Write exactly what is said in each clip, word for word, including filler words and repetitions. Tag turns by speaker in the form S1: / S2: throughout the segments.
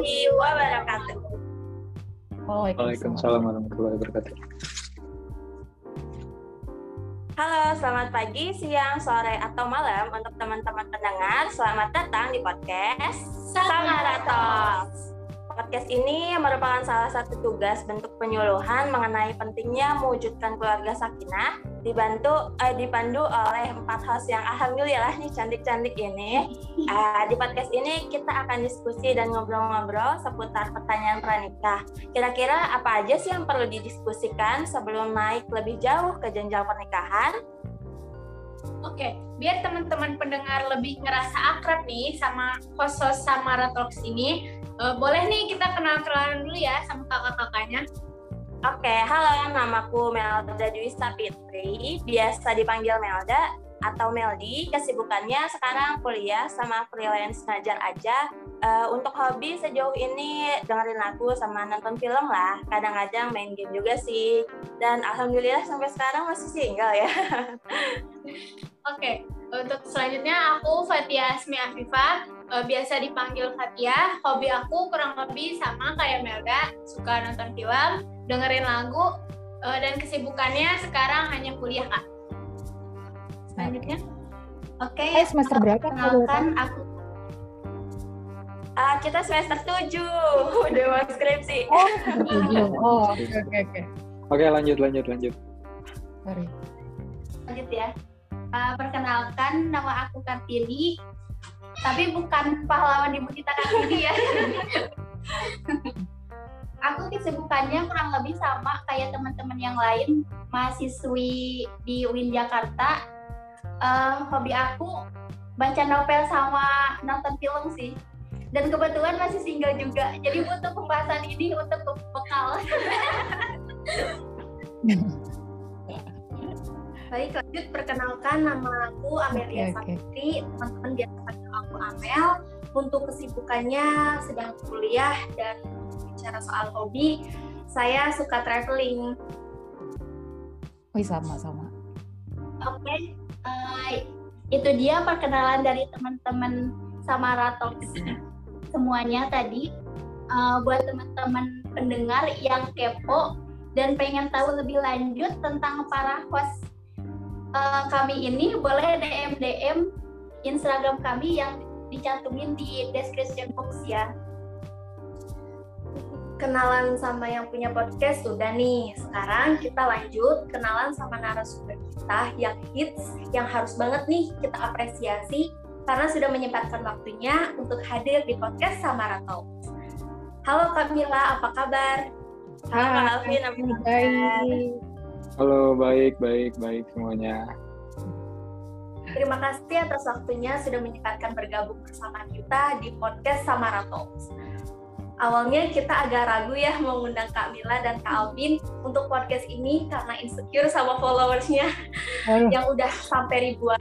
S1: warahmatullahi wabarakatuh.
S2: Waalaikumsalam warahmatullahi wabarakatuh.
S1: Halo, selamat pagi, siang, sore, atau malam untuk teman-teman pendengar. Selamat datang di podcast Samara Talks. Podcast ini merupakan salah satu tugas bentuk penyuluhan mengenai pentingnya mewujudkan keluarga sakinah, dibantu eh, dipandu oleh empat host yang alhamdulillah nih cantik-cantik ini. Uh, di podcast ini kita akan diskusi dan ngobrol-ngobrol seputar pertanyaan pranikah. Kira-kira apa aja sih yang perlu didiskusikan sebelum naik lebih jauh ke jenjang pernikahan?
S3: Oke, biar teman-teman pendengar lebih ngerasa akrab nih sama host-host Samara Talks ini, uh, boleh nih kita kenal-kenalan dulu ya sama kakak-kakaknya.
S1: Oke, halo, namaku Melda Dwi Sapitri, biasa dipanggil Melda atau Meldi. Kesibukannya sekarang kuliah sama freelance ngajar aja. Uh, untuk hobi sejauh ini dengerin lagu sama nonton film lah. Kadang-kadang main game juga sih. Dan alhamdulillah sampai sekarang masih single ya.
S3: Oke, untuk selanjutnya aku Fatia Asmi Afifah, uh, biasa dipanggil Fatia. Hobi aku kurang lebih sama kayak Melda, suka nonton film, dengerin lagu, uh, dan kesibukannya sekarang hanya kuliah, Kak. Selanjutnya, oke. Okay,
S4: eh, semester berapa?
S3: Kenalkan aku.
S1: Ah, kita semester tujuh, udah mau skripsi.
S4: Oh, tujuh. Oh, oke, oke, oke.
S2: Oke, lanjut, lanjut, lanjut.
S4: Sorry.
S3: Lanjut ya. Uh, perkenalkan, nama aku Kartini, tapi bukan pahlawan ibu kita Kartini ya. Aku kesibukannya kurang lebih sama kayak teman-teman yang lain, mahasiswi di U I N Jakarta. Uh, hobi aku baca novel sama nonton film sih. Dan kebetulan masih single juga, jadi butuh pembahasan ini untuk bekal. Baik, lanjut, perkenalkan, nama aku Amelia
S4: okay,
S3: Sapitri, okay. Teman-teman biasa panggil aku Amel. Untuk kesibukannya sedang kuliah dan bicara soal hobi, saya suka traveling.
S4: Wih, sama-sama.
S3: Oke, okay. uh, itu dia perkenalan dari teman-teman Samara Talks semuanya tadi. Uh, buat teman-teman pendengar yang kepo dan pengen tahu lebih lanjut tentang para host uh, kami ini, boleh D M D M Instagram kami yang dicantumin di description box ya. Kenalan sama yang punya podcast sudah nih. Sekarang kita lanjut kenalan sama narasumber kita yang hits, yang harus banget nih kita apresiasi karena sudah menyempatkan waktunya untuk hadir di podcast Samara Talks. Halo Kak Mila, apa kabar?
S1: Halo Kak Alvin, apa kabar?
S2: Halo, baik, baik, baik semuanya.
S3: Terima kasih atas waktunya sudah menyempatkan bergabung bersama kita di podcast Samara Talks. Awalnya kita agak ragu ya mau ngundang Kak Mila dan Kak Alvin untuk podcast ini karena insecure sama followersnya oh. yang udah sampai ribuan.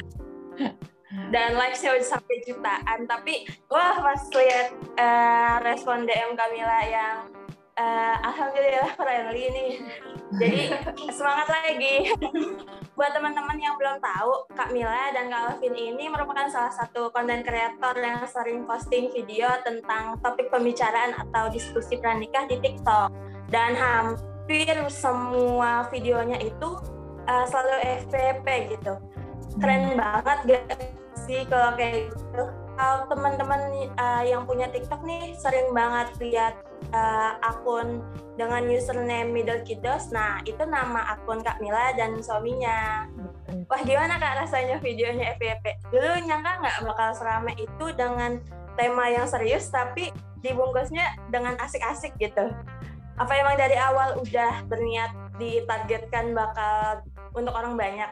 S3: Dan likes-nya udah sampai jutaan, tapi wah pas lihat uh, respon D M Kamila yang uh, alhamdulillah friendly nih, jadi semangat lagi. Buat teman-teman yang belum tahu, Kak Mila dan Kak Alvin ini merupakan salah satu konten kreator yang sering posting video tentang topik pembicaraan atau diskusi pranikah di TikTok, dan hampir semua videonya itu uh, selalu F V P gitu. Keren banget gak sih kalau kayak gitu. Kalau teman-teman uh, yang punya TikTok nih sering banget lihat uh, akun dengan username Middle Kiddos. Nah, itu nama akun Kak Mila dan suaminya. Wah, gimana Kak rasanya videonya F Y P? Dulu nyangka nggak bakal serame itu dengan tema yang serius, tapi dibungkusnya dengan asik-asik gitu. Apa emang dari awal udah berniat ditargetkan bakal untuk orang banyak?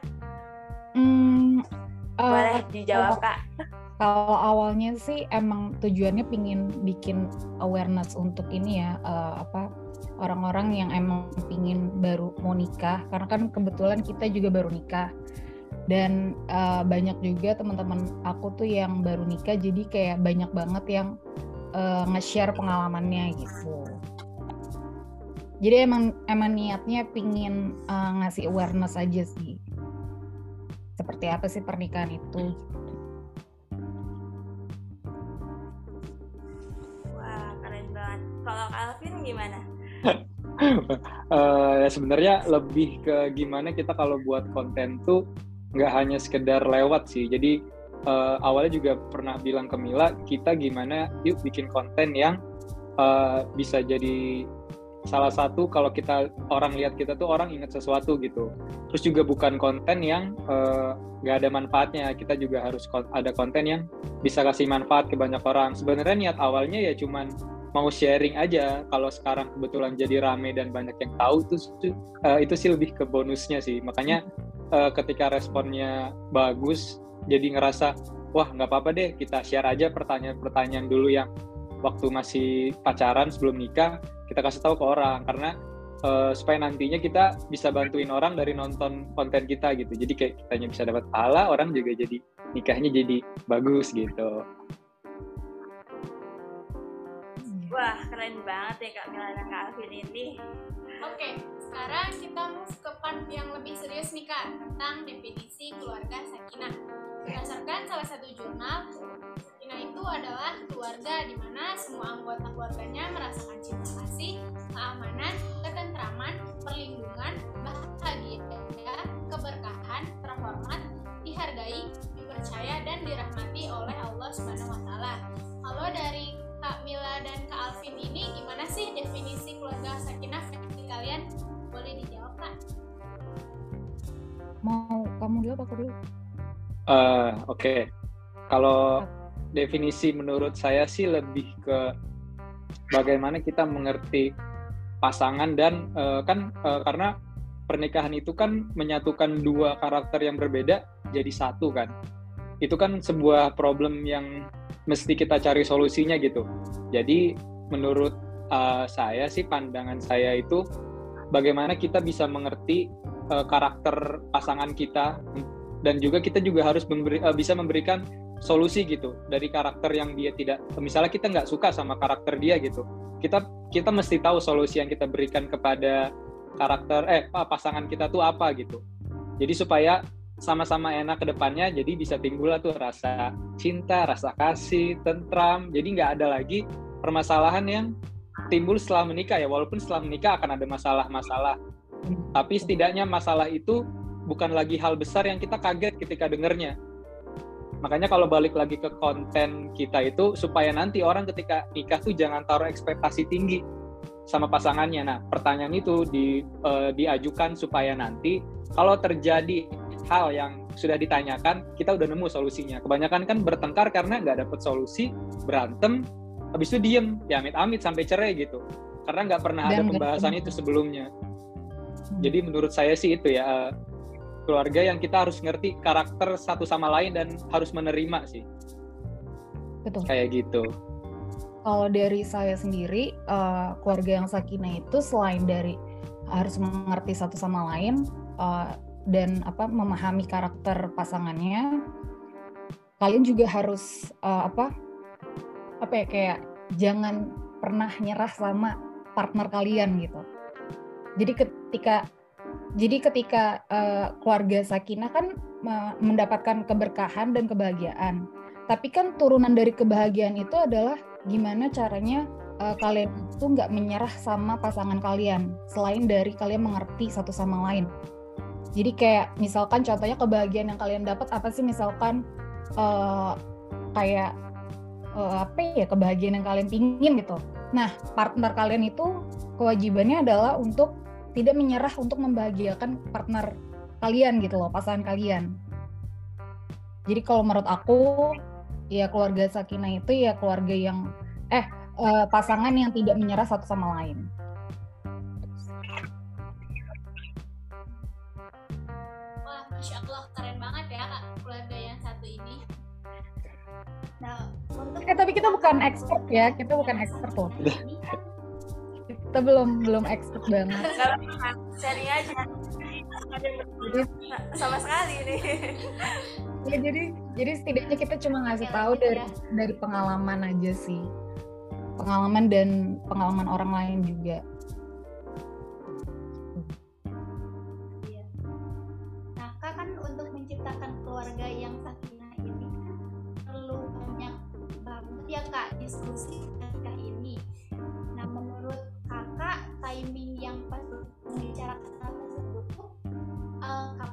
S4: Hmm,
S1: Boleh
S4: uh,
S1: dijawab
S4: kalau,
S1: Kak.
S4: Kalau awalnya sih emang tujuannya pingin bikin awareness untuk ini ya, uh, apa orang-orang yang emang pingin baru mau nikah, karena kan kebetulan kita juga baru nikah dan uh, banyak juga teman-teman aku tuh yang baru nikah, jadi kayak banyak banget yang uh, nge-share pengalamannya gitu. Jadi emang emang niatnya pingin uh, ngasih awareness aja sih. Seperti apa sih pernikahan itu?
S1: Wah, keren banget. gimana?
S2: uh, ya sebenarnya lebih ke gimana kita kalau buat konten tuh nggak hanya sekedar lewat sih. Jadi uh, awalnya juga pernah bilang ke Mila, kita gimana yuk bikin konten yang uh, bisa jadi salah satu kalau kita orang lihat kita tuh orang ingat sesuatu gitu. Terus juga bukan konten yang nggak uh, ada manfaatnya. Kita juga harus kon- ada konten yang bisa kasih manfaat ke banyak orang. Sebenarnya niat awalnya ya cuman mau sharing aja. Kalau sekarang kebetulan jadi rame dan banyak yang tahu tuh uh, itu sih lebih ke bonusnya sih. Makanya uh, ketika responnya bagus, jadi ngerasa wah nggak apa-apa deh kita share aja pertanyaan-pertanyaan dulu yang waktu masih pacaran sebelum nikah, kita kasih tahu ke orang karena uh, supaya nantinya kita bisa bantuin orang dari nonton konten kita gitu. Jadi kayak kitanya bisa dapat pahala, orang juga jadi nikahnya jadi bagus gitu.
S1: Wah, keren banget ya Kak Mila dan Kak Alvin ini.
S5: Oke, sekarang kita move ke part yang lebih serius nih Kak, tentang definisi keluarga sakinah. Berdasarkan salah satu jurnal, sakinah itu adalah keluarga di mana semua anggota keluarganya merasakan cinta kasih, keamanan, ketentraman, perlindungan, bahagia, keberkahan, terhormat, dihargai, dipercaya, dan dirahmati oleh Allah Subhanahu wa Ta'ala. Kalau dari Kak Mila dan Kak Alvin ini gimana sih definisi keluarga sakinah versi kalian? Boleh dijawab Kak?
S4: Mau kamu dulu apa aku dulu?
S2: Uh, Oke, okay. Kalau definisi menurut saya sih lebih ke bagaimana kita mengerti pasangan dan uh, kan uh, karena pernikahan itu kan menyatukan dua karakter yang berbeda jadi satu kan. Itu kan sebuah problem yang mesti kita cari solusinya gitu. Jadi menurut uh, saya sih pandangan saya itu bagaimana kita bisa mengerti uh, karakter pasangan kita dan juga kita juga harus memberi, uh, bisa memberikan solusi gitu dari karakter yang dia tidak, misalnya kita nggak suka sama karakter dia gitu, kita kita mesti tahu solusi yang kita berikan kepada karakter eh pasangan kita tuh apa gitu. Jadi supaya sama-sama enak ke depannya, jadi bisa timbul tuh rasa cinta, rasa kasih, tentram. Jadi nggak ada lagi permasalahan yang timbul setelah menikah ya, walaupun setelah menikah akan ada masalah-masalah. Tapi setidaknya masalah itu bukan lagi hal besar yang kita kaget ketika dengernya. Makanya kalau balik lagi ke konten kita itu, supaya nanti orang ketika nikah tuh jangan taruh ekspektasi tinggi sama pasangannya. Nah, pertanyaan itu di, uh, diajukan supaya nanti kalau terjadi hal yang sudah ditanyakan, kita udah nemu solusinya. Kebanyakan kan bertengkar karena nggak dapet solusi, berantem, habis itu diem, ya amit-amit sampai cerai gitu. Karena nggak pernah Dan ada pembahasan itu sebelumnya. Hmm. Jadi menurut saya sih itu ya, uh, keluarga yang kita harus ngerti karakter satu sama lain dan harus menerima sih.
S4: Betul.
S2: Kayak gitu.
S4: Kalau dari saya sendiri, uh, keluarga yang sakinah itu selain dari harus mengerti satu sama lain uh, dan apa memahami karakter pasangannya, kalian juga harus uh, apa apa ya kayak jangan pernah nyerah sama partner kalian gitu. Jadi ketika Jadi ketika uh, keluarga sakinah kan uh, mendapatkan keberkahan dan kebahagiaan. Tapi kan turunan dari kebahagiaan itu adalah gimana caranya uh, kalian itu nggak menyerah sama pasangan kalian. Selain dari kalian mengerti satu sama lain. Jadi kayak misalkan contohnya kebahagiaan yang kalian dapat apa sih? Misalkan uh, kayak uh, apa ya kebahagiaan yang kalian pingin gitu. Nah partner kalian itu kewajibannya adalah untuk tidak menyerah untuk membahagiakan partner kalian gitu loh, pasangan kalian. Jadi kalau menurut aku, ya keluarga sakinah itu ya keluarga yang, eh uh, pasangan yang tidak menyerah satu sama lain.
S5: Wah, Masya Allah, keren banget ya Kak, keluarga yang satu ini.
S3: Nah, untuk...
S4: Eh, tapi kita bukan expert ya, kita bukan expert loh. Kita belum belum expert banget.
S1: Sharing aja. Sama sekali nih.
S4: Ya jadi jadi setidaknya kita cuma ngasih tahu dari dari pengalaman aja sih. Pengalaman dan pengalaman orang lain juga.
S3: Iya. Nah, Kak kan untuk menciptakan keluarga yang sakinah ini kan perlu banyak banget ya Kak diskusi ketika ini. Nah, menurut Kakak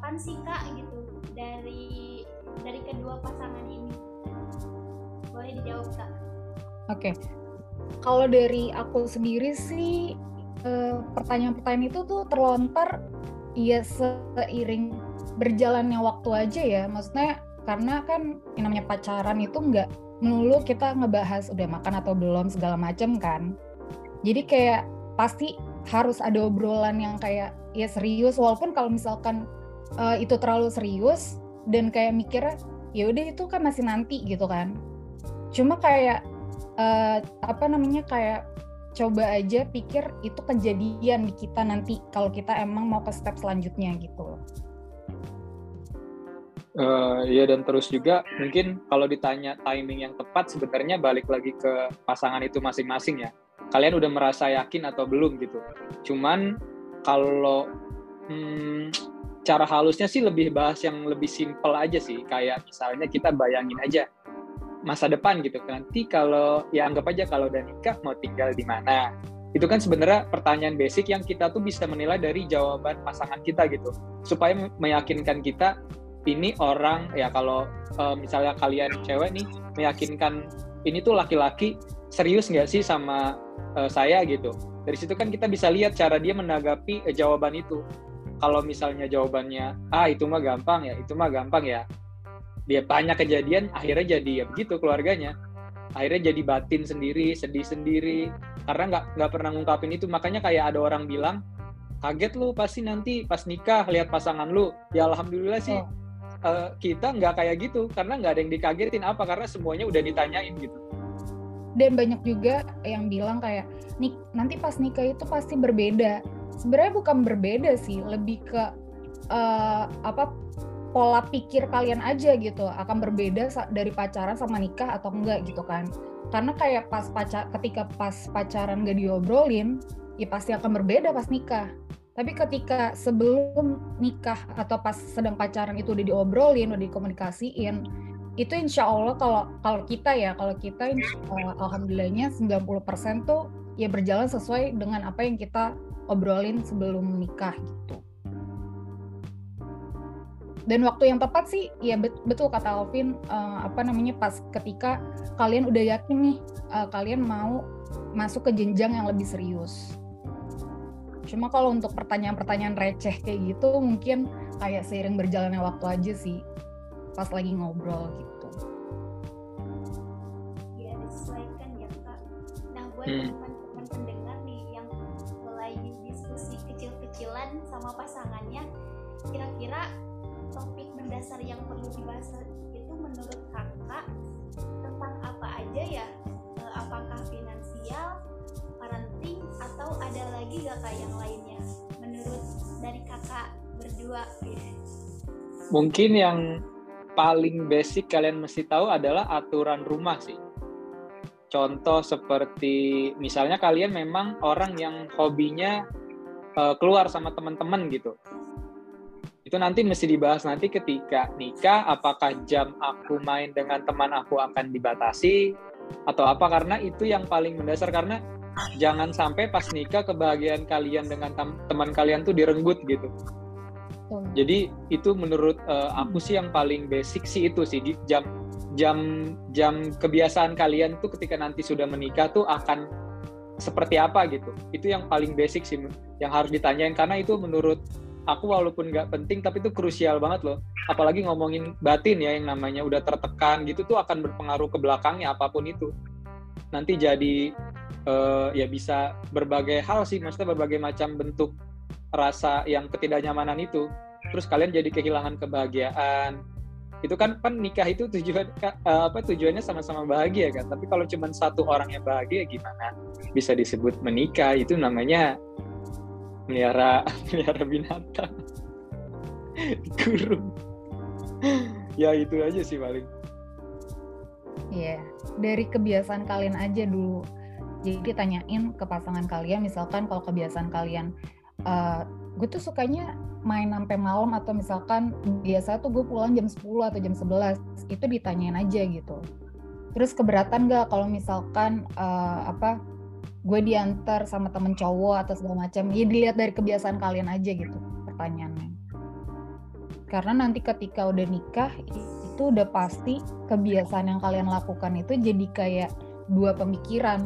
S5: diharapkan sih Kak gitu dari dari kedua pasangan ini? Boleh dijawab Kak?
S4: Oke, okay. Kalau dari aku sendiri sih eh, pertanyaan-pertanyaan itu tuh terlontar ya seiring berjalannya waktu aja ya. Maksudnya karena kan yang namanya pacaran itu nggak melulu kita ngebahas udah makan atau belum segala macam kan. Jadi kayak pasti harus ada obrolan yang kayak ya serius, walaupun kalau misalkan uh, itu terlalu serius dan kayak mikirnya ya udah itu kan masih nanti gitu kan. Cuma kayak uh, apa namanya kayak coba aja pikir itu kejadian di kita nanti kalau kita emang mau ke step selanjutnya gitu loh.
S2: Uh, ya dan terus juga mungkin kalau ditanya timing yang tepat sebenarnya balik lagi ke pasangan itu masing-masing ya. Kalian udah merasa yakin atau belum gitu. Cuman kalau hmm, cara halusnya sih lebih bahas yang lebih simpel aja sih. Kayak misalnya kita bayangin aja masa depan gitu. Nanti kalau ya anggap aja kalau udah nikah mau tinggal di mana. Itu kan sebenarnya pertanyaan basic yang kita tuh bisa menilai dari jawaban pasangan kita gitu. Supaya meyakinkan kita ini orang ya kalau uh, misalnya kalian cewek nih meyakinkan ini tuh laki-laki serius nggak sih sama uh, saya gitu. Dari situ kan kita bisa lihat cara dia menanggapi uh, jawaban itu. Kalau misalnya jawabannya ah itu mah gampang ya, itu mah gampang ya. Dia banyak kejadian akhirnya jadi ya begitu keluarganya. Akhirnya jadi batin sendiri, sedih sendiri karena nggak nggak pernah ngungkapin itu. Makanya kayak ada orang bilang kaget lu pasti nanti pas nikah lihat pasangan lu. Ya alhamdulillah sih. Oh. Uh, kita nggak kayak gitu karena nggak ada yang dikagetin apa karena semuanya udah ditanyain gitu.
S4: Dan banyak juga yang bilang kayak nik nanti pas nikah itu pasti berbeda. Sebenarnya bukan berbeda sih, lebih ke uh, apa pola pikir kalian aja gitu akan berbeda dari pacaran sama nikah atau enggak gitu kan. Karena kayak pas pacar ketika pas pacaran nggak diobrolin, ya pasti akan berbeda pas nikah. Tapi ketika sebelum nikah atau pas sedang pacaran itu udah diobrolin, udah dikomunikasiin, itu insya Allah kalau kalau kita ya, kalau kita uh, alhamdulillahnya sembilan puluh persen tuh ya berjalan sesuai dengan apa yang kita obrolin sebelum nikah gitu. Dan waktu yang tepat sih, ya betul kata Alvin, uh, apa namanya pas ketika kalian udah yakin nih, uh, kalian mau masuk ke jenjang yang lebih serius. Cuma kalau untuk pertanyaan-pertanyaan receh kayak gitu mungkin kayak seiring berjalannya waktu aja sih pas lagi ngobrol gitu.
S5: Ya disesuaikan ya Kak. Nah buat
S2: hmm.
S5: teman-teman pendengar nih yang mulai diskusi kecil-kecilan sama pasangannya, kira-kira topik mendasar yang perlu dibahas itu menurut Kakak tentang apa aja ya? Apakah finansial, parenting, atau ada lagi gak Kak yang lainnya menurut dari Kakak berdua ya?
S2: Mungkin yang paling basic kalian mesti tahu adalah aturan rumah sih. Contoh seperti misalnya kalian memang orang yang hobinya uh, keluar sama teman-teman gitu. Itu nanti mesti dibahas nanti ketika nikah, apakah jam aku main dengan teman aku akan dibatasi atau apa, karena itu yang paling mendasar. Karena jangan sampai pas nikah kebahagiaan kalian dengan tem- teman kalian tuh direnggut gitu. Oh. Jadi itu menurut uh, aku sih yang paling basic sih itu sih, di jam jam jam kebiasaan kalian tuh ketika nanti sudah menikah tuh akan seperti apa gitu. Itu yang paling basic sih yang harus ditanyain, karena itu menurut aku walaupun nggak penting tapi itu krusial banget loh. Apalagi ngomongin batin ya, yang namanya udah tertekan gitu tuh akan berpengaruh ke belakangnya apapun itu. Nanti jadi uh, ya bisa berbagai hal sih, maksudnya berbagai macam bentuk rasa yang ketidaknyamanan itu. Terus kalian jadi kehilangan kebahagiaan. Itu kan kan nikah itu tujuan uh, apa tujuannya sama-sama bahagia kan. Tapi kalau cuma satu orang yang bahagia gimana bisa disebut menikah? Itu namanya melihara melihara binatang dikurung. Ya itu aja sih paling.
S4: Iya, yeah. Dari kebiasaan kalian aja dulu. Jadi tanyain ke pasangan kalian, misalkan kalau kebiasaan kalian uh, gue tuh sukanya main sampai malam, atau misalkan biasa tuh gue pulang jam sepuluh atau jam sebelas, itu ditanyain aja gitu. Terus keberatan gak kalau misalkan uh, apa gue diantar sama temen cowok atau segala macam, ya dilihat dari kebiasaan kalian aja gitu pertanyaannya. Karena nanti ketika udah nikah itu udah pasti kebiasaan yang kalian lakukan itu jadi kayak dua pemikiran,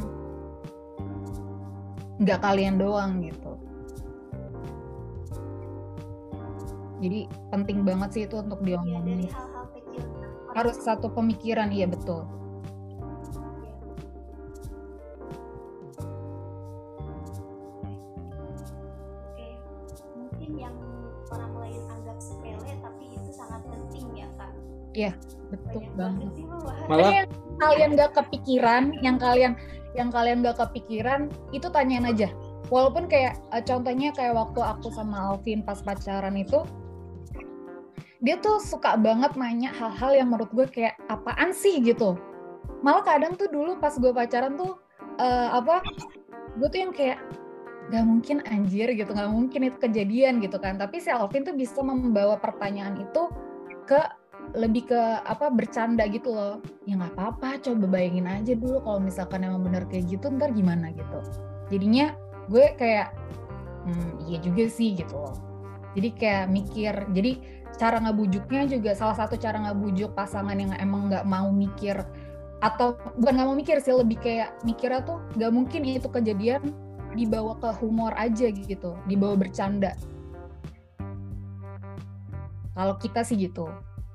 S4: nggak kalian doang gitu. Jadi penting banget sih itu untuk
S3: Ya,
S4: diomongin.
S3: dari hal-hal kecil.
S4: Harus satu pemikiran, iya betul.
S3: Oke, mungkin yang orang lain anggap sepele tapi itu sangat penting ya Kak.
S4: Iya, betul
S3: Banyak
S4: banget.
S3: banget sih membahas.
S2: Malah
S4: Yang kalian gak kepikiran, yang kalian yang kalian gak kepikiran itu tanyain aja. Walaupun kayak eh, contohnya kayak waktu aku sama Alvin pas pacaran itu, dia tuh suka banget nanya hal-hal yang menurut gue kayak apaan sih gitu. Malah kadang tuh dulu pas gue pacaran tuh eh, apa, gue tuh yang kayak gak mungkin anjir gitu, gak mungkin itu kejadian gitu kan. Tapi si Alvin tuh bisa membawa pertanyaan itu ke lebih ke apa bercanda gitu loh. Ya nggak apa-apa, coba bayangin aja dulu kalau misalkan emang benar kayak gitu ntar gimana gitu. Jadinya gue kayak hmm, iya juga sih gitu loh. Jadi kayak mikir, jadi cara ngebujuknya juga salah satu cara ngebujuk pasangan yang emang nggak mau mikir, atau bukan nggak mau mikir sih, lebih kayak mikirnya tuh nggak mungkin itu kejadian, dibawa ke humor aja gitu, dibawa bercanda. Kalau kita sih gitu.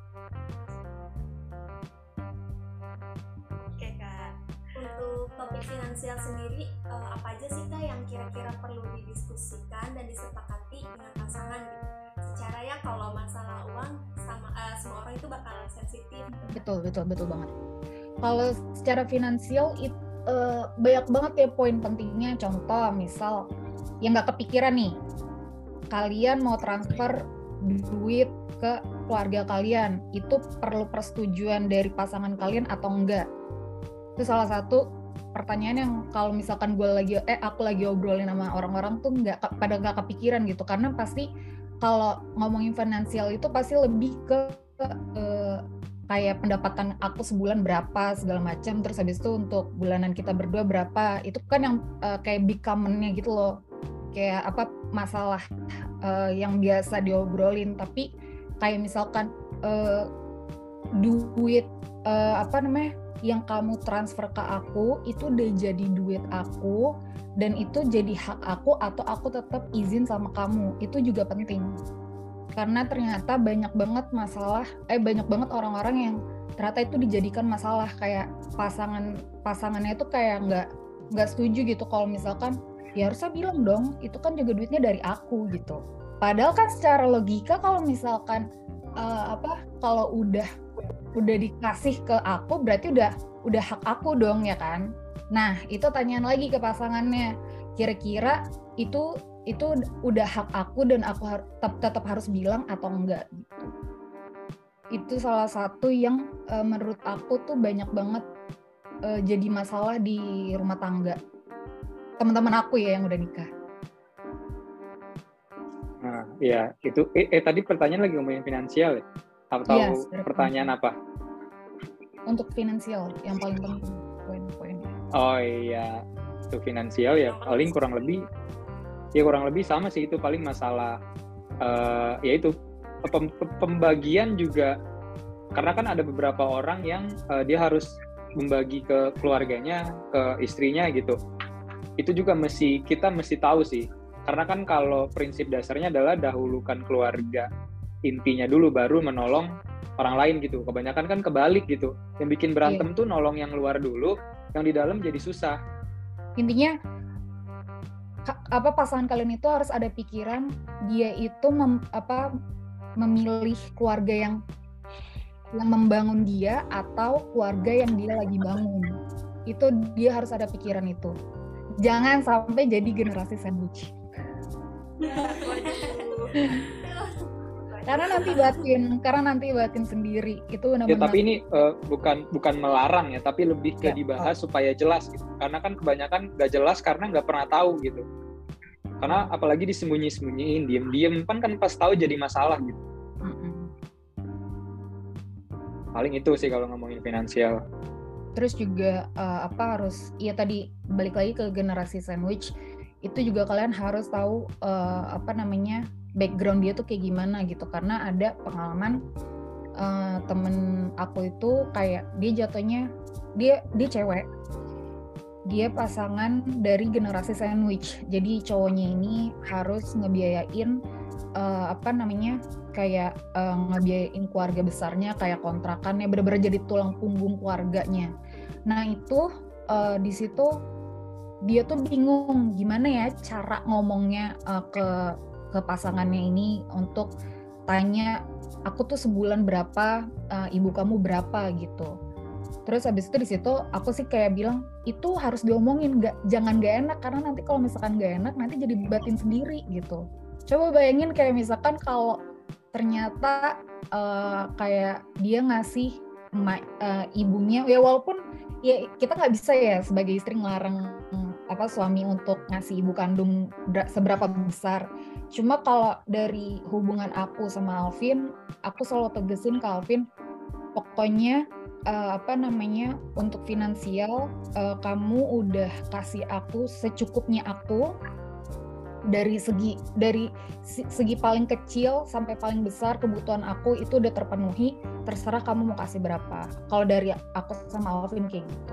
S3: Oke Kak, untuk topik finansial sendiri eh, apa aja sih Kak yang kira-kira perlu didiskusikan dan disepakati dengan pasangan gitu? Secara ya kalau masalah uang sama eh, semua orang itu bakal sensitif.
S4: Betul, betul, betul banget. Kalau secara finansial itu uh, banyak banget ya poin pentingnya. Contoh misal yang nggak kepikiran nih, kalian mau transfer duit ke keluarga kalian, itu perlu persetujuan dari pasangan kalian atau enggak? Itu salah satu pertanyaan yang kalau misalkan gue lagi eh aku lagi obrolin sama orang-orang tuh nggak pada nggak kepikiran gitu, karena pasti kalau ngomongin finansial itu pasti lebih ke uh, kayak pendapatan aku sebulan berapa segala macam, terus habis itu untuk bulanan kita berdua berapa, itu kan yang uh, kayak big common-nya gitu loh, kayak apa masalah uh, yang biasa diobrolin. Tapi kayak misalkan uh, duit uh, apa namanya yang kamu transfer ke aku itu udah jadi duit aku dan itu jadi hak aku atau aku tetap izin sama kamu, itu juga penting. Karena ternyata banyak banget masalah, eh banyak banget orang-orang yang ternyata itu dijadikan masalah, kayak pasangan pasangannya itu kayak nggak nggak setuju gitu kalau misalkan ya harusnya bilang dong itu kan juga duitnya dari aku gitu. Padahal kan secara logika kalau misalkan uh, apa kalau udah udah dikasih ke aku berarti udah udah hak aku dong ya kan. Nah itu tanyaan lagi ke pasangannya, kira-kira itu itu udah hak aku dan aku har- tetap, tetap harus bilang atau enggak gitu. Itu salah satu yang uh, menurut aku tuh banyak banget uh, jadi masalah di rumah tangga teman-teman aku ya yang udah nikah.
S2: Nah, ya itu eh, eh tadi pertanyaan lagi ngomongin finansial ya? Atau
S4: Yes,
S2: pertanyaan apa?
S4: Untuk finansial yang paling penting poin-poinnya.
S2: Oh iya, itu finansial ya paling kurang lebih ya kurang lebih sama sih, itu paling masalah uh, ya itu pem- pembagian juga, karena kan ada beberapa orang yang uh, dia harus membagi ke keluarganya, ke istrinya gitu. Itu juga mesti kita mesti tahu sih, karena kan kalau prinsip dasarnya adalah dahulukan keluarga intinya dulu baru menolong orang lain gitu. Kebanyakan kan kebalik gitu, yang bikin berantem yeah. tuh nolong yang luar dulu, yang di dalam jadi susah.
S4: Intinya apa pasangan kalian itu harus ada pikiran dia itu mem, apa memilih keluarga yang yang membangun dia atau keluarga yang dia lagi bangun. Itu dia harus ada pikiran itu. Jangan sampai jadi generasi sandwich. Karena nanti batin, karena nanti batin sendiri itu benar-benar.
S2: Ya tapi ini uh, bukan bukan melarang ya, tapi lebih ke
S4: ya,
S2: dibahas
S4: oh.
S2: supaya jelas gitu. Karena kan kebanyakan nggak jelas karena nggak pernah tahu gitu. Karena apalagi disembunyi-sembunyiin, diem-diem kan kan pas tahu jadi masalah gitu.
S4: Mm-mm.
S2: Paling itu sih kalau ngomongin finansial.
S4: Terus juga uh, apa harus, ya tadi balik lagi ke generasi sandwich, itu juga kalian harus tahu uh, apa namanya background dia tuh kayak gimana gitu. Karena ada pengalaman uh, temen aku itu kayak dia jatuhnya dia dia cewek, dia pasangan dari generasi sandwich. Jadi cowoknya ini harus ngebiayain uh, apa namanya kayak uh, ngebiayain keluarga besarnya, kayak kontrakannya, bener-bener jadi tulang punggung keluarganya. Nah itu uh, di situ dia tuh bingung gimana ya cara ngomongnya uh, ke ke pasangannya ini untuk tanya, aku tuh sebulan berapa, uh, ibu kamu berapa gitu. Terus habis itu di situ aku sih kayak bilang itu harus diomongin, nggak, jangan nggak enak, karena nanti kalau misalkan nggak enak nanti jadi batin sendiri gitu. Coba bayangin kayak misalkan kalau ternyata uh, kayak dia ngasih ma- uh, ibunya, ya walaupun ya kita nggak bisa ya sebagai istri ngelarang um, apa suami untuk ngasih ibu kandung seberapa besar. Cuma kalau dari hubungan aku sama Alvin, aku selalu tegesin ke Alvin, pokoknya uh, apa namanya untuk finansial uh, kamu udah kasih aku secukupnya aku. Dari segi dari segi paling kecil sampai paling besar kebutuhan aku itu udah terpenuhi, terserah kamu mau kasih berapa. Kalau dari aku sama Alvin kayak gitu.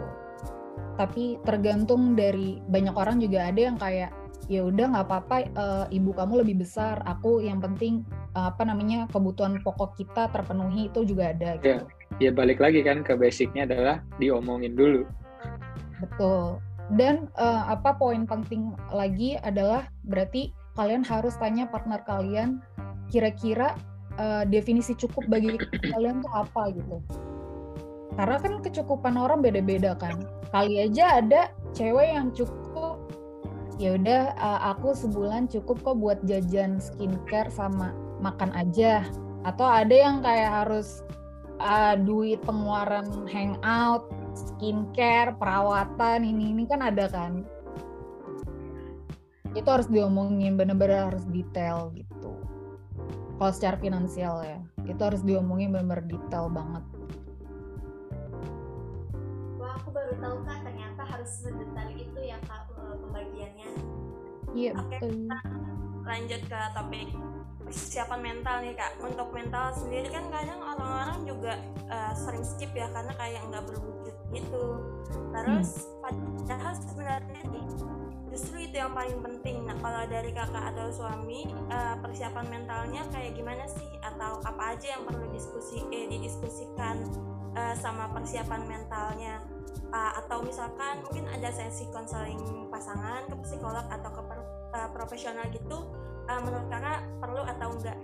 S4: Tapi tergantung dari banyak orang juga ada yang kayak ya udah nggak apa-apa, uh, ibu kamu lebih besar, aku yang penting uh, apa namanya kebutuhan pokok kita terpenuhi, itu juga ada gitu.
S2: Ya, ya balik lagi kan ke basicnya adalah diomongin dulu.
S4: Betul. Dan uh, apa poin penting lagi adalah berarti kalian harus tanya partner kalian kira-kira uh, definisi cukup bagi kalian tuh apa gitu. Karena kan kecukupan orang beda-beda kan. Kali aja ada cewek yang cukup, ya udah uh, aku sebulan cukup kok buat jajan skincare sama makan aja. Atau ada yang kayak harus uh, duit pengeluaran hangout, skincare, perawatan, ini ini kan ada kan. Itu harus diomongin, bener-bener harus detail gitu. Kalau secara finansial ya, itu harus diomongin bener-bener detail banget.
S3: Wah, aku baru tahu Kak, ternyata harus sedetail itu ya Kak pembagiannya.
S4: Iya,
S1: Oke,
S4: betul.
S1: kita lanjut ke topik persiapan mental nih Kak. Untuk mental sendiri kan kadang orang-orang juga uh, sering skip ya karena kayak nggak berwujud gitu. Terus hmm. padahal sebenarnya nih justru itu yang paling penting. Nah kalau dari kakak atau suami uh, persiapan mentalnya kayak gimana sih? Atau apa aja yang perlu diskusi eh, didiskusikan uh, sama persiapan mentalnya? Uh, atau misalkan mungkin ada sesi konseling pasangan ke psikolog atau ke per, uh, profesional gitu, uh, menurut kakak perlu atau enggak?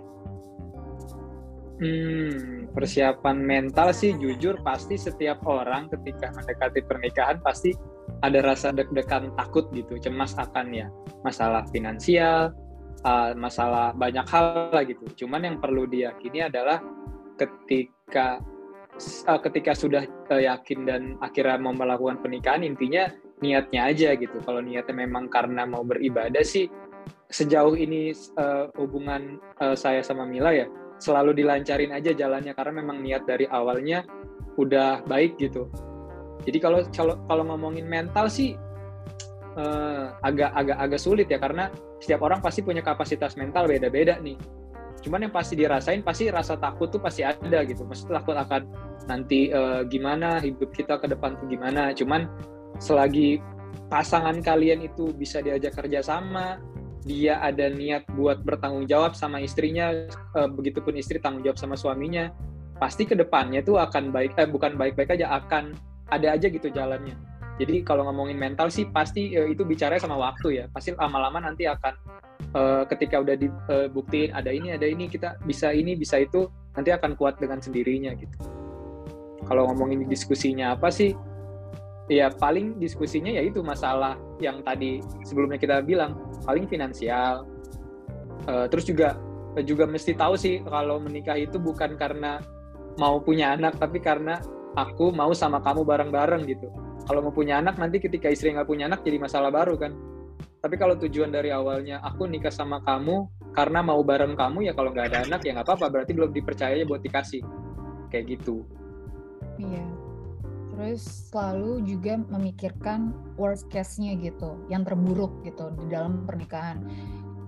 S2: Hmm, persiapan mental sih jujur pasti setiap orang ketika mendekati pernikahan pasti ada rasa deg-degan, takut gitu, cemas akan ya masalah finansial, uh, masalah banyak hal lah gitu. Cuman yang perlu diyakini adalah ketika uh, ketika sudah uh, yakin dan akhirnya mau melakukan pernikahan, intinya niatnya aja gitu. Kalau niatnya memang karena mau beribadah sih, sejauh ini uh, hubungan uh, saya sama Mila ya selalu dilancarin aja jalannya karena memang niat dari awalnya udah baik gitu. Jadi kalau kalau kalau ngomongin mental sih uh, agak agak agak sulit ya karena setiap orang pasti punya kapasitas mental beda-beda nih. Cuman yang pasti dirasain pasti rasa takut tuh pasti ada gitu. Maksudnya takut akan nanti uh, gimana hidup kita ke depan tuh gimana. Cuman selagi pasangan kalian itu bisa diajak kerjasama, dia ada niat buat bertanggung jawab sama istrinya, e, begitupun istri tanggung jawab sama suaminya, pasti ke depannya tuh akan baik, eh bukan baik-baik aja, akan ada aja gitu jalannya. Jadi kalau ngomongin mental sih pasti e, itu bicaranya sama waktu ya, pasti lama-lama nanti akan e, ketika udah dibuktiin e, ada ini, ada ini, kita bisa ini, bisa itu, nanti akan kuat dengan sendirinya gitu. Kalau ngomongin diskusinya apa sih, ya paling diskusinya ya itu masalah yang tadi sebelumnya kita bilang, paling finansial. Uh, terus juga juga mesti tahu sih kalau menikah itu bukan karena mau punya anak, tapi karena aku mau sama kamu bareng-bareng gitu. Kalau mau punya anak nanti ketika istri nggak punya anak jadi masalah baru kan. Tapi kalau tujuan dari awalnya aku nikah sama kamu karena mau bareng kamu, ya kalau nggak ada anak ya nggak apa-apa, berarti belum dipercaya buat dikasih. Kayak gitu.
S4: Iya. Terus selalu juga memikirkan worst case-nya gitu, yang terburuk gitu di dalam pernikahan.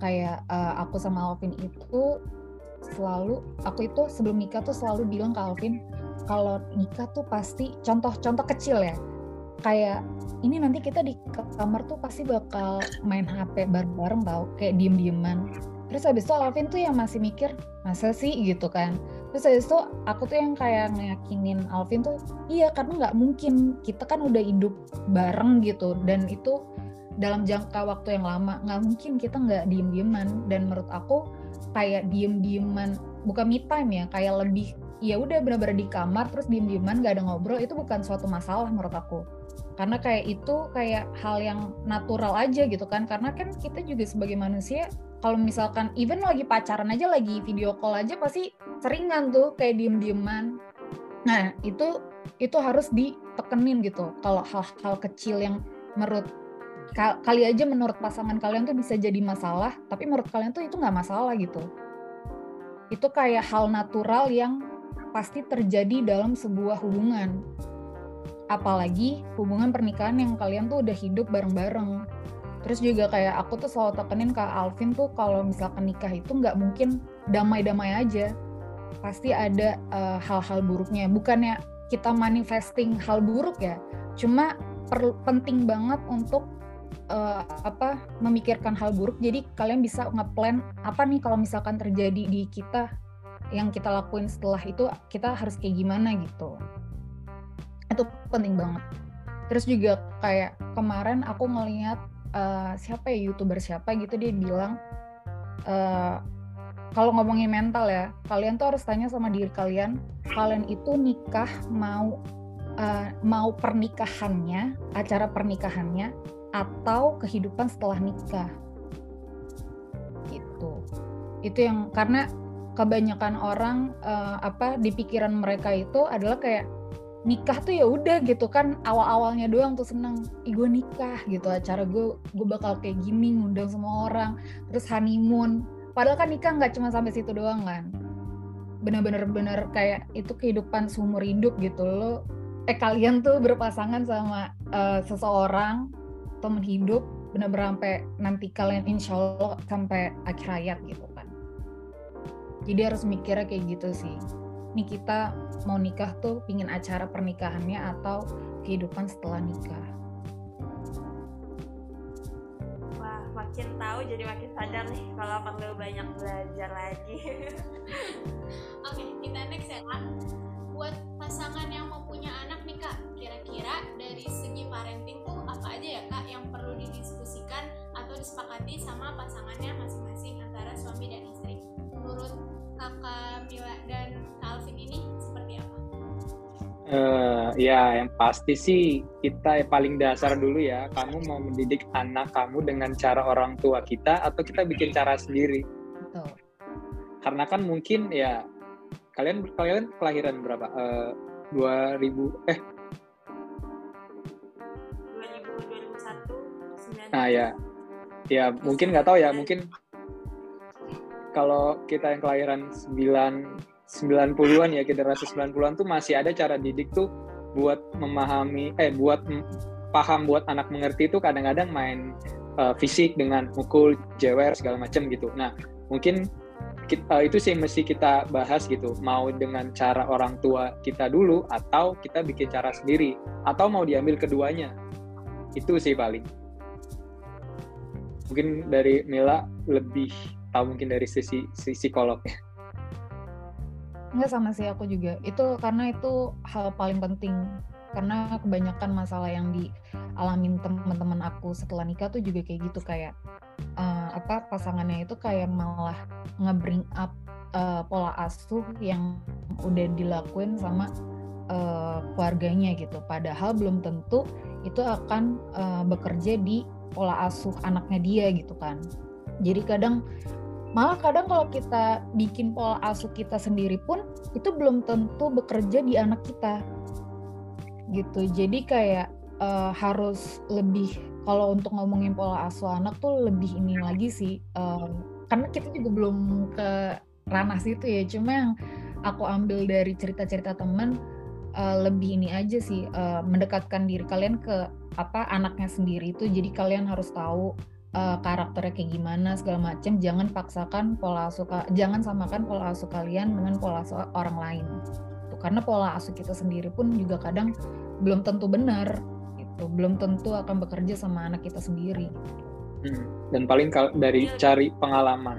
S4: kayak uh, aku sama Alvin itu selalu, aku itu sebelum nikah tuh selalu bilang ke Alvin kalau nikah tuh pasti contoh-contoh kecil ya, kayak ini nanti kita di kamar tuh pasti bakal main H P bareng-bareng tau, kayak diem-dieman. Terus habis itu Alvin tuh yang masih mikir masa sih gitu kan. Terus habis itu aku tuh yang kayak ngeyakinin Alvin tuh iya, karena nggak mungkin, kita kan udah hidup bareng gitu, dan itu dalam jangka waktu yang lama, nggak mungkin kita nggak diem-dieman. Dan menurut aku kayak diem-dieman bukan me time ya, kayak lebih ya udah benar-benar di kamar terus diem-dieman nggak ada ngobrol, itu bukan suatu masalah menurut aku, karena kayak itu kayak hal yang natural aja gitu kan. Karena kan kita juga sebagai manusia kalau misalkan even lagi pacaran aja, lagi video call aja pasti seringan tuh kayak diem-dieman. Nah itu itu harus ditekenin gitu, kalau hal-hal kecil yang menurut kali aja menurut pasangan kalian tuh bisa jadi masalah, tapi menurut kalian tuh itu nggak masalah gitu. Itu kayak hal natural yang pasti terjadi dalam sebuah hubungan. Apalagi hubungan pernikahan yang kalian tuh udah hidup bareng-bareng. Terus juga kayak aku tuh selalu tekenin ke Alvin tuh kalau misalkan nikah itu nggak mungkin damai-damai aja. Pasti ada uh, hal-hal buruknya. Bukannya kita manifesting hal buruk ya, cuma perlu, penting banget untuk Uh, apa memikirkan hal buruk. Jadi kalian bisa nge-plan apa nih kalau misalkan terjadi di kita, yang kita lakuin setelah itu kita harus kayak gimana gitu. Itu penting banget. Terus juga kayak kemarin aku ngelihat uh, siapa ya, YouTuber siapa gitu, dia bilang uh, kalau ngomongin mental ya, kalian tuh harus tanya sama diri kalian, kalian itu nikah mau uh, mau pernikahannya, acara pernikahannya atau kehidupan setelah nikah gitu. Itu yang karena kebanyakan orang uh, apa di pikiran mereka itu adalah kayak nikah tuh ya udah gitu kan, awal-awalnya doang tuh seneng, ih gue nikah gitu, acara gue gue bakal kayak gini, ngundang semua orang, terus honeymoon. Padahal kan nikah nggak cuma sampai situ doang kan, bener-bener bener kayak itu kehidupan seumur hidup gitu. Lo eh kalian tuh berpasangan sama uh, seseorang, teman hidup, benar-benar sampai nanti kalian insya Allah sampai akhir hayat gitu kan. Jadi harus mikirnya kayak gitu sih. Nih kita mau nikah tuh pingin acara pernikahannya atau kehidupan setelah nikah.
S1: Wah, makin tahu jadi makin sadar nih kalau perlu banyak belajar lagi.
S5: Oke, kita next ya Kak. Buat pasangan yang mau punya anak nih Kak, kira-kira dari segi parenting tuh apa aja ya Kak yang perlu didiskusikan atau disepakati sama pasangannya masing-masing antara suami dan istri? Menurut Kakak Mila dan Kak Alvin ini seperti apa?
S2: Uh, ya yang pasti sih kita paling dasar dulu ya, kamu mau mendidik anak kamu dengan cara orang tua kita atau kita bikin cara sendiri?
S4: Betul.
S2: Karena kan mungkin ya kalian kalian kelahiran berapa? Uh, dua ribu eh
S1: dua ribu dua ribu satu
S2: Nah ya, ya mungkin nggak tahu ya, mungkin kalau kita yang kelahiran sembilan puluhan ya, generasi sembilan puluhan tuh masih ada cara didik tuh buat memahami, eh buat paham, buat anak mengerti tuh kadang-kadang main uh, fisik dengan mukul, jewer segala macam gitu. Nah mungkin kita, itu sih mesti kita bahas gitu, mau dengan cara orang tua kita dulu atau kita bikin cara sendiri, atau mau diambil keduanya. Itu sih paling. Mungkin dari Mila lebih tahu mungkin dari sisi, sisi psikolognya.
S4: Enggak, sama sih aku juga. Itu karena itu hal paling penting. Karena kebanyakan masalah yang dialamin teman-teman aku setelah nikah tuh juga kayak gitu, kayak uh, apa pasangannya itu kayak malah nge-bring up uh, pola asuh yang udah dilakuin sama uh, keluarganya gitu. Padahal belum tentu itu akan uh, bekerja di pola asuh anaknya dia gitu kan. Jadi kadang malah kadang kalau kita bikin pola asuh kita sendiri pun itu belum tentu bekerja di anak kita gitu. Jadi kayak uh, harus lebih, kalau untuk ngomongin pola asuh anak tuh lebih ini lagi sih, uh, karena kita juga belum ke ranah situ ya. Cuma yang aku ambil dari cerita-cerita teman, uh, lebih ini aja sih, uh, mendekatkan diri kalian ke apa anaknya sendiri itu. Jadi kalian harus tahu uh, karakternya kayak gimana segala macam. Jangan paksakan pola asuh, jangan samakan pola asuh kalian dengan pola asuh orang lain. Tuh, karena pola asuh kita sendiri pun juga kadang belum tentu benar, gitu. Belum tentu akan bekerja sama anak kita sendiri.
S2: Hmm. Dan paling kal- dari cari pengalaman.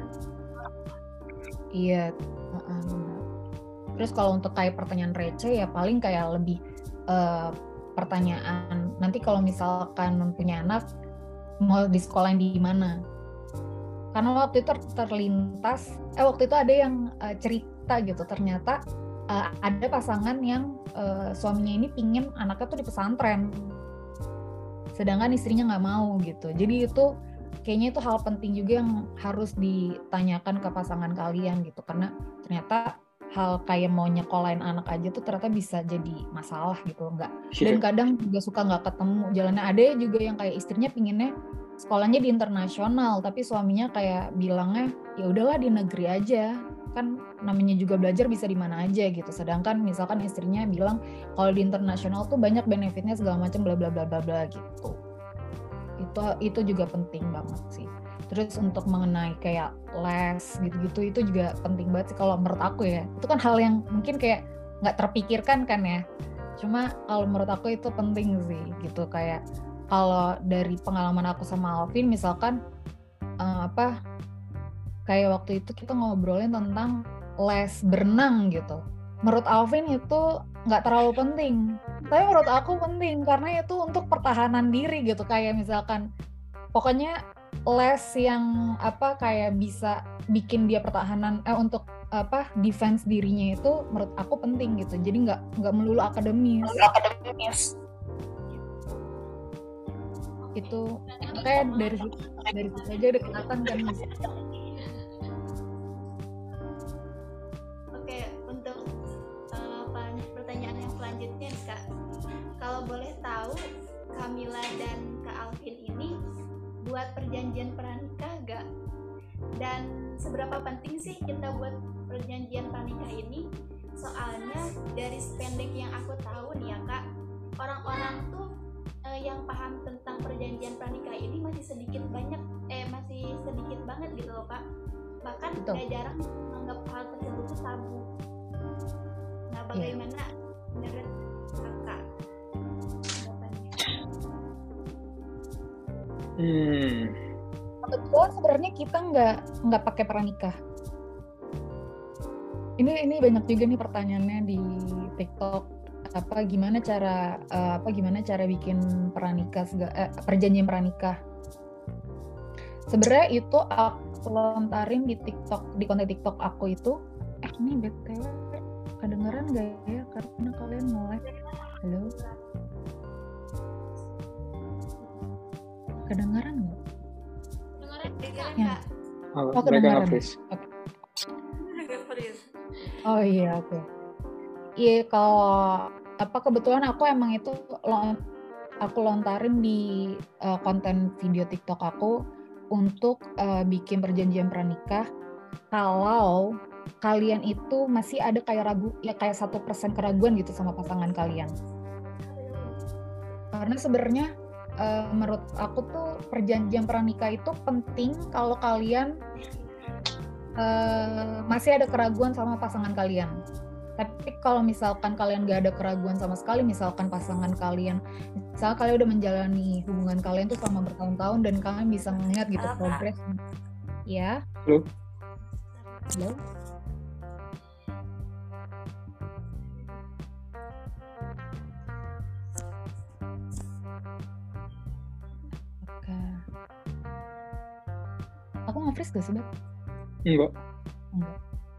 S4: Iya. Uh-uh. Terus kalau untuk kayak pertanyaan receh ya paling kayak lebih uh, pertanyaan nanti kalau misalkan punya anak mau di sekolah di mana? Karena waktu itu terlintas, eh waktu itu ada yang uh, cerita gitu ternyata uh, ada pasangan yang uh, suaminya ini pingin anaknya tuh di pesantren, sedangkan istrinya nggak mau gitu. Jadi itu kayaknya itu hal penting juga yang harus ditanyakan ke pasangan kalian gitu, karena ternyata hal kayak mau nyekolahin anak aja tuh ternyata bisa jadi masalah gitu, enggak. Dan kadang juga suka nggak ketemu jalannya. Ada juga yang kayak istrinya pinginnya sekolahnya di internasional, tapi suaminya kayak bilangnya ya udahlah di negeri aja, kan namanya juga belajar bisa di mana aja gitu. Sedangkan misalkan istrinya bilang kalau di internasional tuh banyak benefitnya segala macam bla bla bla bla bla gitu. Itu itu juga penting banget sih. Terus untuk mengenai kayak les gitu-gitu itu juga penting banget sih kalau menurut aku ya. Itu kan hal yang mungkin kayak nggak terpikirkan kan ya. Cuma kalau menurut aku itu penting sih gitu. Kayak kalau dari pengalaman aku sama Alvin misalkan uh, apa kayak waktu itu kita ngobrolin tentang les berenang gitu. Menurut Alvin itu nggak terlalu penting. Tapi menurut aku penting karena itu untuk pertahanan diri gitu. Kayak misalkan pokoknya les yang apa kayak bisa bikin dia pertahanan eh untuk apa defense dirinya itu menurut aku penting gitu. Jadi nggak nggak melulu akademis.
S1: Akademis.
S4: Itu kayak dari dari situ aja udah kelihatan kan.
S5: Oke, untuk uh, pertanyaan yang selanjutnya Kak, kalau boleh tahu Kamila dan Kak Alvin ini buat perjanjian pranikah gak? Dan seberapa penting sih kita buat perjanjian pranikah ini? Soalnya dari sependek yang aku tahu nih ya Kak, orang-orang tuh eh, yang paham tentang perjanjian pranikah ini masih sedikit banyak, eh masih sedikit banget gitu loh Kak. Bahkan gak jarang menganggap hal tersebut itu tabu. Nah bagaimana menurut Kakak?
S2: Hmm.
S4: Kebetulan sebenarnya kita nggak nggak pakai pranikah. Ini ini banyak juga nih pertanyaannya di TikTok. Apa gimana cara uh, apa gimana cara bikin pranikah eh, perjanjian pranikah? Sebenarnya itu aku lontarin di TikTok di konten TikTok aku itu. Eh ini B T W kedengeran nggak ya? Karena kalian nge-live. Halo. Kedengaran nggak?
S5: Kedengaran
S4: ya.
S5: Kak.
S2: Oh,
S4: oh
S2: kedengaran.
S4: Okay. Oh iya oke. Okay. Iya kalau apa kebetulan aku emang itu lon, aku lontarin di uh, konten video TikTok aku untuk uh, bikin perjanjian pranikah. Kalau kalian itu masih ada kayak ragu ya kayak satu persen keraguan gitu sama pasangan kalian. Karena sebenarnya Uh, menurut aku tuh perjanjian pranikah itu penting kalau kalian uh, masih ada keraguan sama pasangan kalian. Tapi kalau misalkan kalian gak ada keraguan sama sekali, misalkan pasangan kalian, misalkan kalian udah menjalani hubungan kalian tuh selama bertahun-tahun dan kalian bisa melihat gitu progres. Ya.
S2: Halo.
S4: Halo. Aku nge-freeze gak sih, Beb?
S2: Enggak.
S4: Enggak.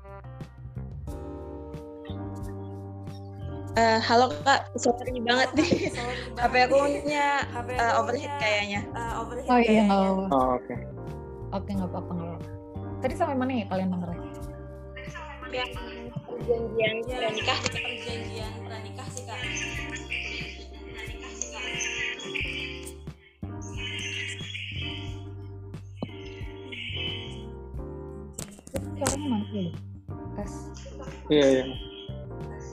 S1: Uh, halo Kak, sorry banget nih. H P aku punya uh, overheat kayaknya. Uh, overheat
S4: oh iya, nggak apa-apa.
S2: Oh, oke. Okay.
S4: Oke, nggak apa-apa, nggak apa-apa. Tadi sampai mana ya kalian dengernya?
S1: Ya, perjanjian pranikah. Perjanjian pranikah sih Kak.
S4: Suaranya mana dulu? Tes.
S2: Iya, iya.
S4: Tes.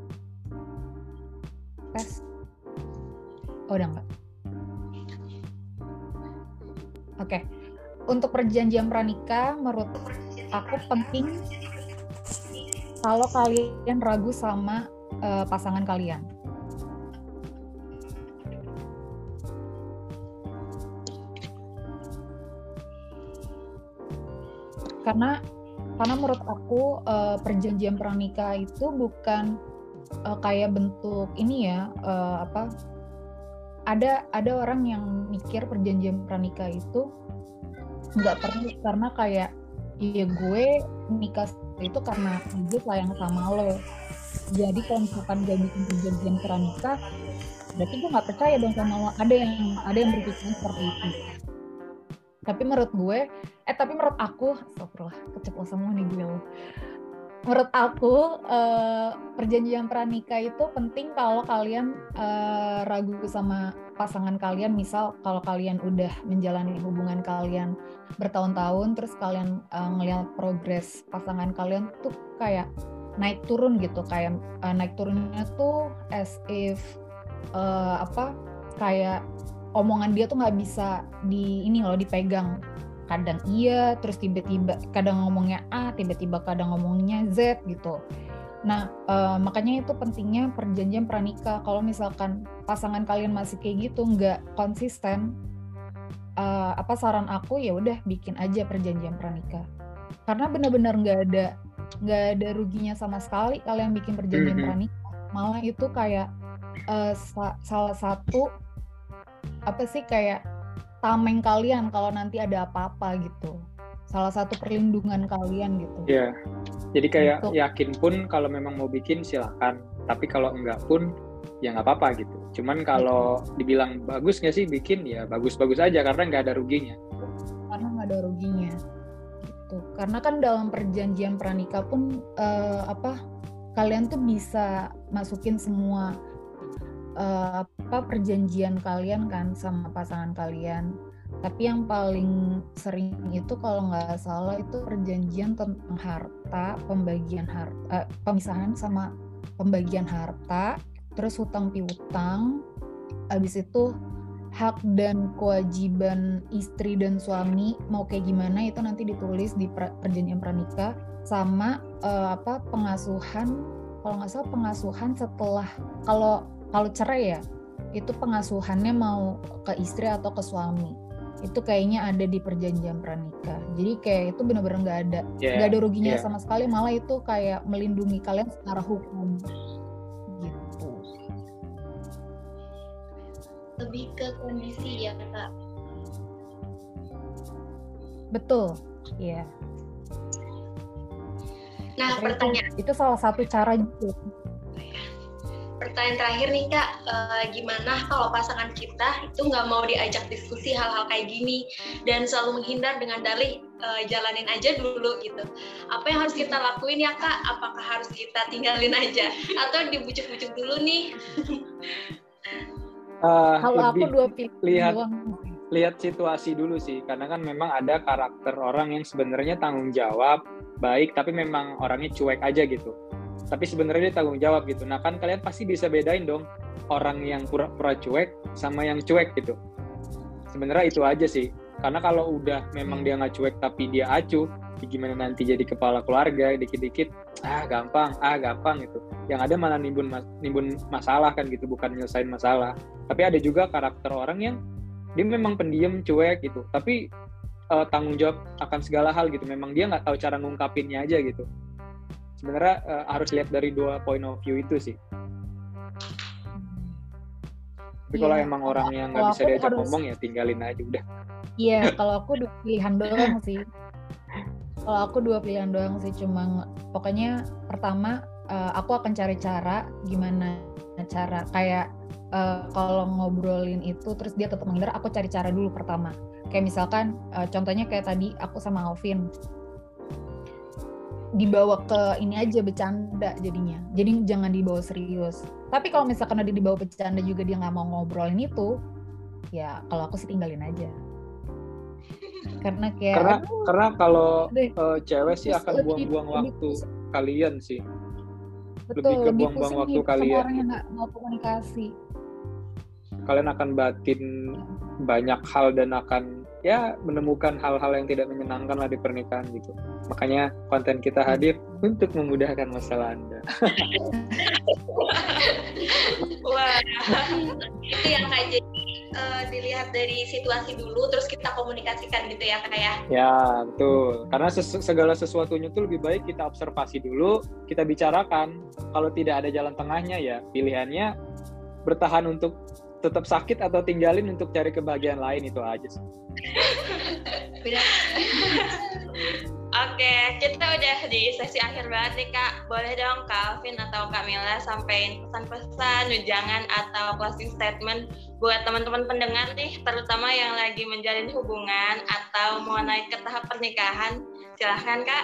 S4: Tes. Oh, udah enggak? Oke, untuk perjanjian pranikah menurut aku penting kalau kalian ragu sama uh, pasangan kalian. Karena karena menurut aku uh, perjanjian pranikah itu bukan uh, kayak bentuk ini ya uh, apa ada ada orang yang mikir perjanjian pranikah itu nggak perlu karena kayak ya gue nikah itu karena gue sayang sama lo. Jadi kalau misalkan gak bikin perjanjian pranikah berarti gue nggak percaya dong sama lo. Ada yang ada yang berpikiran seperti itu. Tapi menurut gue, eh tapi menurut aku, astagfirullah, keceplosan semua nih gue loh. Menurut aku, eh, perjanjian pranikah itu penting kalau kalian eh, ragu sama pasangan kalian. Misal kalau kalian udah menjalani hubungan kalian bertahun-tahun, terus kalian eh, ngelihat progres pasangan kalian tuh kayak naik turun gitu. Kayak eh, naik turunnya tuh as if eh, apa kayak omongan dia tuh nggak bisa di ini loh dipegang, kadang iya terus tiba-tiba kadang ngomongnya A tiba-tiba kadang ngomongnya Z gitu. Nah uh, makanya itu pentingnya perjanjian pranikah. Kalau misalkan pasangan kalian masih kayak gitu nggak konsisten, uh, apa saran aku ya udah bikin aja perjanjian pranikah karena benar-benar nggak ada nggak ada ruginya sama sekali kalian bikin perjanjian mm-hmm. pranikah. Malah itu kayak uh, sa- salah satu apa sih kayak tameng kalian kalau nanti ada apa-apa gitu, salah satu perlindungan kalian gitu.
S2: Iya, jadi kayak
S4: gitu.
S2: Yakin pun kalau memang mau bikin silakan, tapi kalau enggak pun ya nggak apa-apa gitu. Cuman kalau gitu. Dibilang bagus nggak sih bikin ya bagus-bagus aja karena nggak ada ruginya.
S4: Karena nggak ada ruginya gitu. Karena kan dalam perjanjian pranikah pun uh, apa kalian tuh bisa masukin semua Uh, apa perjanjian kalian kan sama pasangan kalian. Tapi yang paling sering itu kalau nggak salah itu perjanjian tentang harta, pembagian harta, uh, pemisahan sama pembagian harta, terus hutang piutang, habis itu hak dan kewajiban istri dan suami mau kayak gimana itu nanti ditulis di perjanjian pranikah, sama uh, apa pengasuhan, kalau nggak salah pengasuhan setelah kalau Kalau cerai ya, itu pengasuhannya mau ke istri atau ke suami. Itu kayaknya ada di perjanjian pranikah. Jadi kayak itu benar-benar nggak ada, nggak yeah, ada ruginya yeah. sama sekali. Malah itu kayak melindungi kalian secara hukum. Gitu.
S3: Lebih ke kondisi ya Kak.
S4: Betul, iya. Yeah.
S3: Nah
S4: Jadi
S3: pertanyaan
S4: itu, itu salah satu cara juga.
S3: Pertanyaan terakhir nih Kak, uh, gimana kalau pasangan kita itu nggak mau diajak diskusi hal-hal kayak gini dan selalu menghindar dengan dalih uh, jalanin aja dulu gitu. Apa yang harus kita lakuin ya Kak? Apakah harus kita tinggalin aja atau dibujuk-bujuk dulu nih?
S2: Uh,
S4: kalau aku dua pilihan
S2: lihat,
S4: doang.
S2: Lihat situasi dulu sih, karena kan memang ada karakter orang yang sebenarnya tanggung jawab, baik tapi memang orangnya cuek aja gitu. Tapi sebenarnya dia tanggung jawab gitu. Nah kan kalian pasti bisa bedain dong orang yang pura-pura cuek sama yang cuek gitu. Sebenarnya itu aja sih. Karena kalau udah memang dia nggak cuek tapi dia acuh, gimana nanti jadi kepala keluarga dikit-dikit, ah gampang, ah gampang gitu. Yang ada malah nimbun nimbun masalah kan gitu, bukan nyelesain masalah. Tapi ada juga karakter orang yang dia memang pendiam, cuek gitu. Tapi uh, tanggung jawab akan segala hal gitu. Memang dia nggak tahu cara ngungkapinnya aja gitu. Sebenarnya uh, harus lihat dari dua point of view itu sih. Tapi yeah. kalau emang orang yang nggak bisa diajak harus... ngomong ya tinggalin aja udah.
S4: Iya, yeah, kalau aku dua pilihan doang sih. Kalau aku dua pilihan doang sih, cuma pokoknya pertama uh, aku akan cari cara gimana cara kayak uh, kalau ngobrolin itu terus dia tetap menghindar, aku cari cara dulu pertama. Kayak misalkan uh, contohnya kayak tadi aku sama Alvin. Dibawa ke ini aja bercanda jadinya, jadi jangan dibawa serius. Tapi kalau misalkan ada dibawa bercanda juga dia nggak mau ngobrolin itu, ya kalau aku sih tinggalin aja. Karena kayak
S2: karena
S4: aduh,
S2: karena kalau
S4: deh,
S2: uh, cewek sih akan
S4: lebih,
S2: buang-buang
S4: lebih,
S2: waktu lebih, kalian sih.
S4: Betul,
S2: lebih ke buang-buang waktu kalian.
S4: Orang yang nggak mau komunikasi.
S2: Kalian akan batin banyak hal dan akan ya menemukan hal-hal yang tidak menyenangkan lah di pernikahan gitu. Makanya konten kita hadir untuk memudahkan masalah Anda.
S1: Wah, itu yang kayak jadi uh, dilihat dari situasi dulu, terus kita komunikasikan gitu ya Kak ya?
S2: Ya, betul. Karena ses- segala sesuatunya itu lebih baik kita observasi dulu, kita bicarakan. Kalau tidak ada jalan tengahnya ya pilihannya bertahan untuk tetap sakit atau tinggalin untuk cari kebahagiaan lain, itu aja sih.
S1: Oke, kita udah di sesi akhir banget nih Kak. Boleh dong Kak Alvin atau Kak Mila sampaikan pesan-pesan, wejangan atau closing statement buat teman-teman pendengar nih, terutama yang lagi menjalin hubungan atau mau naik ke tahap pernikahan. Silahkan Kak.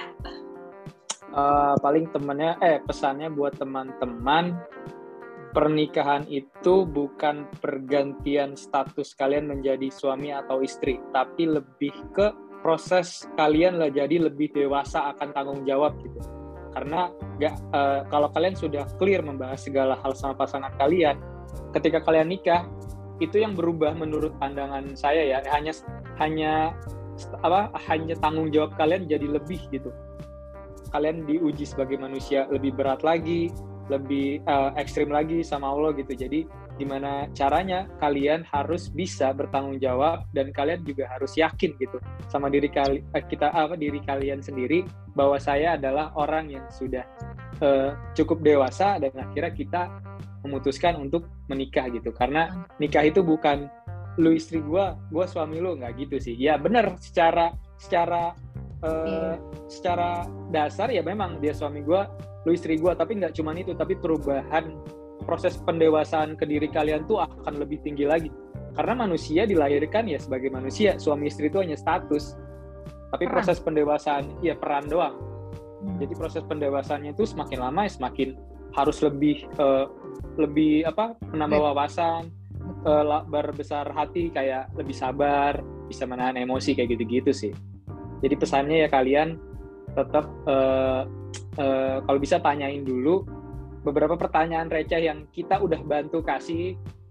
S2: Uh, paling temennya, eh pesannya buat teman-teman, pernikahan itu bukan pergantian status kalian menjadi suami atau istri, tapi lebih ke proses kalian lah jadi lebih dewasa akan tanggung jawab gitu. Karena gak, uh, kalau kalian sudah clear membahas segala hal sama pasangan kalian, ketika kalian nikah itu yang berubah menurut pandangan saya ya hanya hanya apa hanya tanggung jawab kalian jadi lebih gitu. Kalian diuji sebagai manusia lebih berat lagi, lebih uh, ekstrim lagi sama Allah gitu. Jadi gimana caranya kalian harus bisa bertanggung jawab dan kalian juga harus yakin gitu sama diri kali kita apa diri kalian sendiri bahwa saya adalah orang yang sudah uh, cukup dewasa dan akhirnya kita memutuskan untuk menikah gitu. Karena nikah itu bukan lu istri gua, gua suami lu, nggak gitu sih. Ya benar secara secara uh, secara dasar ya memang dia suami gua, lu istri gua, tapi nggak cuma itu, tapi perubahan proses pendewasaan ke diri kalian tuh akan lebih tinggi lagi. Karena manusia dilahirkan ya sebagai manusia, suami istri itu hanya status. Tapi peran. Proses pendewasaan, ya peran doang. Hmm. Jadi proses pendewasaannya itu semakin lama semakin harus lebih uh, lebih apa menambah wawasan, uh, berbesar hati, kayak lebih sabar, bisa menahan emosi kayak gitu-gitu sih. Jadi pesannya ya kalian tetap uh, uh, kalau bisa tanyain dulu beberapa pertanyaan receh yang kita udah bantu kasih.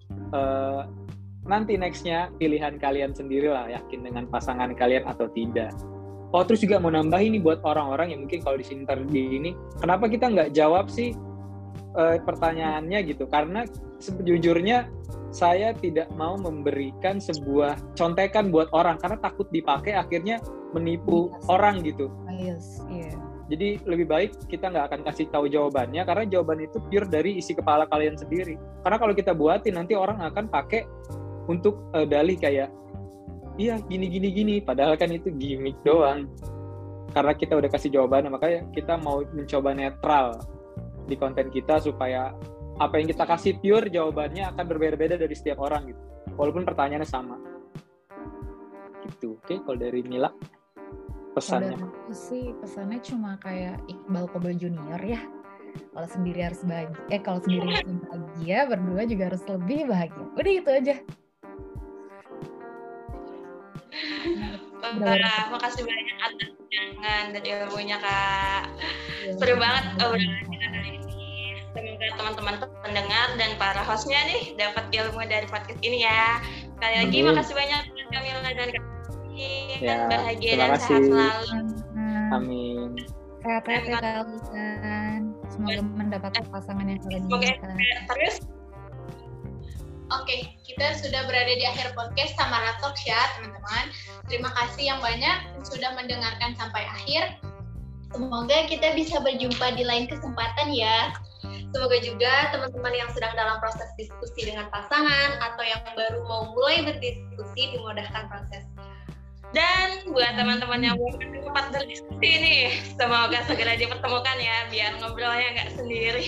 S2: Uh, nanti nextnya pilihan kalian sendiri lah, yakin dengan pasangan kalian atau tidak. Oh terus juga mau nambah ini buat orang-orang yang mungkin kalau di sini di ini, kenapa kita nggak jawab sih uh, pertanyaannya gitu? Karena sejujurnya saya tidak mau memberikan sebuah contekan buat orang karena takut dipakai akhirnya menipu yes. orang gitu.
S4: Yes, yeah.
S2: Jadi lebih baik kita nggak akan kasih tahu jawabannya karena jawaban itu pure dari isi kepala kalian sendiri. Karena kalau kita buatin nanti orang akan pakai untuk uh, dalih kayak iya gini gini gini, padahal kan itu gimmick doang. Karena kita udah kasih jawabannya, makanya kita mau mencoba netral di konten kita supaya apa yang kita kasih pure jawabannya akan berbeda-beda dari setiap orang gitu. Walaupun pertanyaannya sama. Gitu. Oke, kalau dari Mila pesannya.
S4: Kalau dari aku sih pesannya cuma kayak Iqbal Kobel Junior ya. Kalau sendiri harus bahagia, eh kalau sendiri harus bahagia, berdua juga harus lebih bahagia. Udah gitu aja.
S1: Wah, makasih banyak atas pandangan dan ilmunya Kak. Ya, seru banget obrolan kita kali ini. Semoga teman-teman pendengar dan para hostnya nih dapat ilmu dari podcast ini ya. Sekali lagi Amin. Makasih banyak buat Kamila dan Kak.
S2: Ya,
S1: bahagia
S2: terima
S1: dan
S2: kasih.
S1: Sehat selalu.
S2: Amin.
S4: Sehat-sehat ya kalian. Semoga mendapatkan pasangan yang kalian inginkan.
S1: Terus.
S5: Oke, kita sudah berada di akhir podcast Samara Talks ya teman-teman. Terima kasih yang banyak yang sudah mendengarkan sampai akhir.
S3: Semoga kita bisa berjumpa di lain kesempatan ya. Semoga juga teman-teman yang sedang dalam proses diskusi dengan pasangan atau yang baru mau mulai berdiskusi dimudahkan prosesnya.
S1: Dan buat teman-teman yang belum sempat berdiskusi nih, semoga segera dipertemukan ya, biar ngobrolnya nggak sendiri.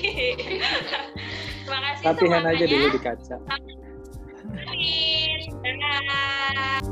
S1: Terima kasih
S2: latihan
S1: semuanya.
S2: Aja dulu di kaca.
S1: Amin. Dadah.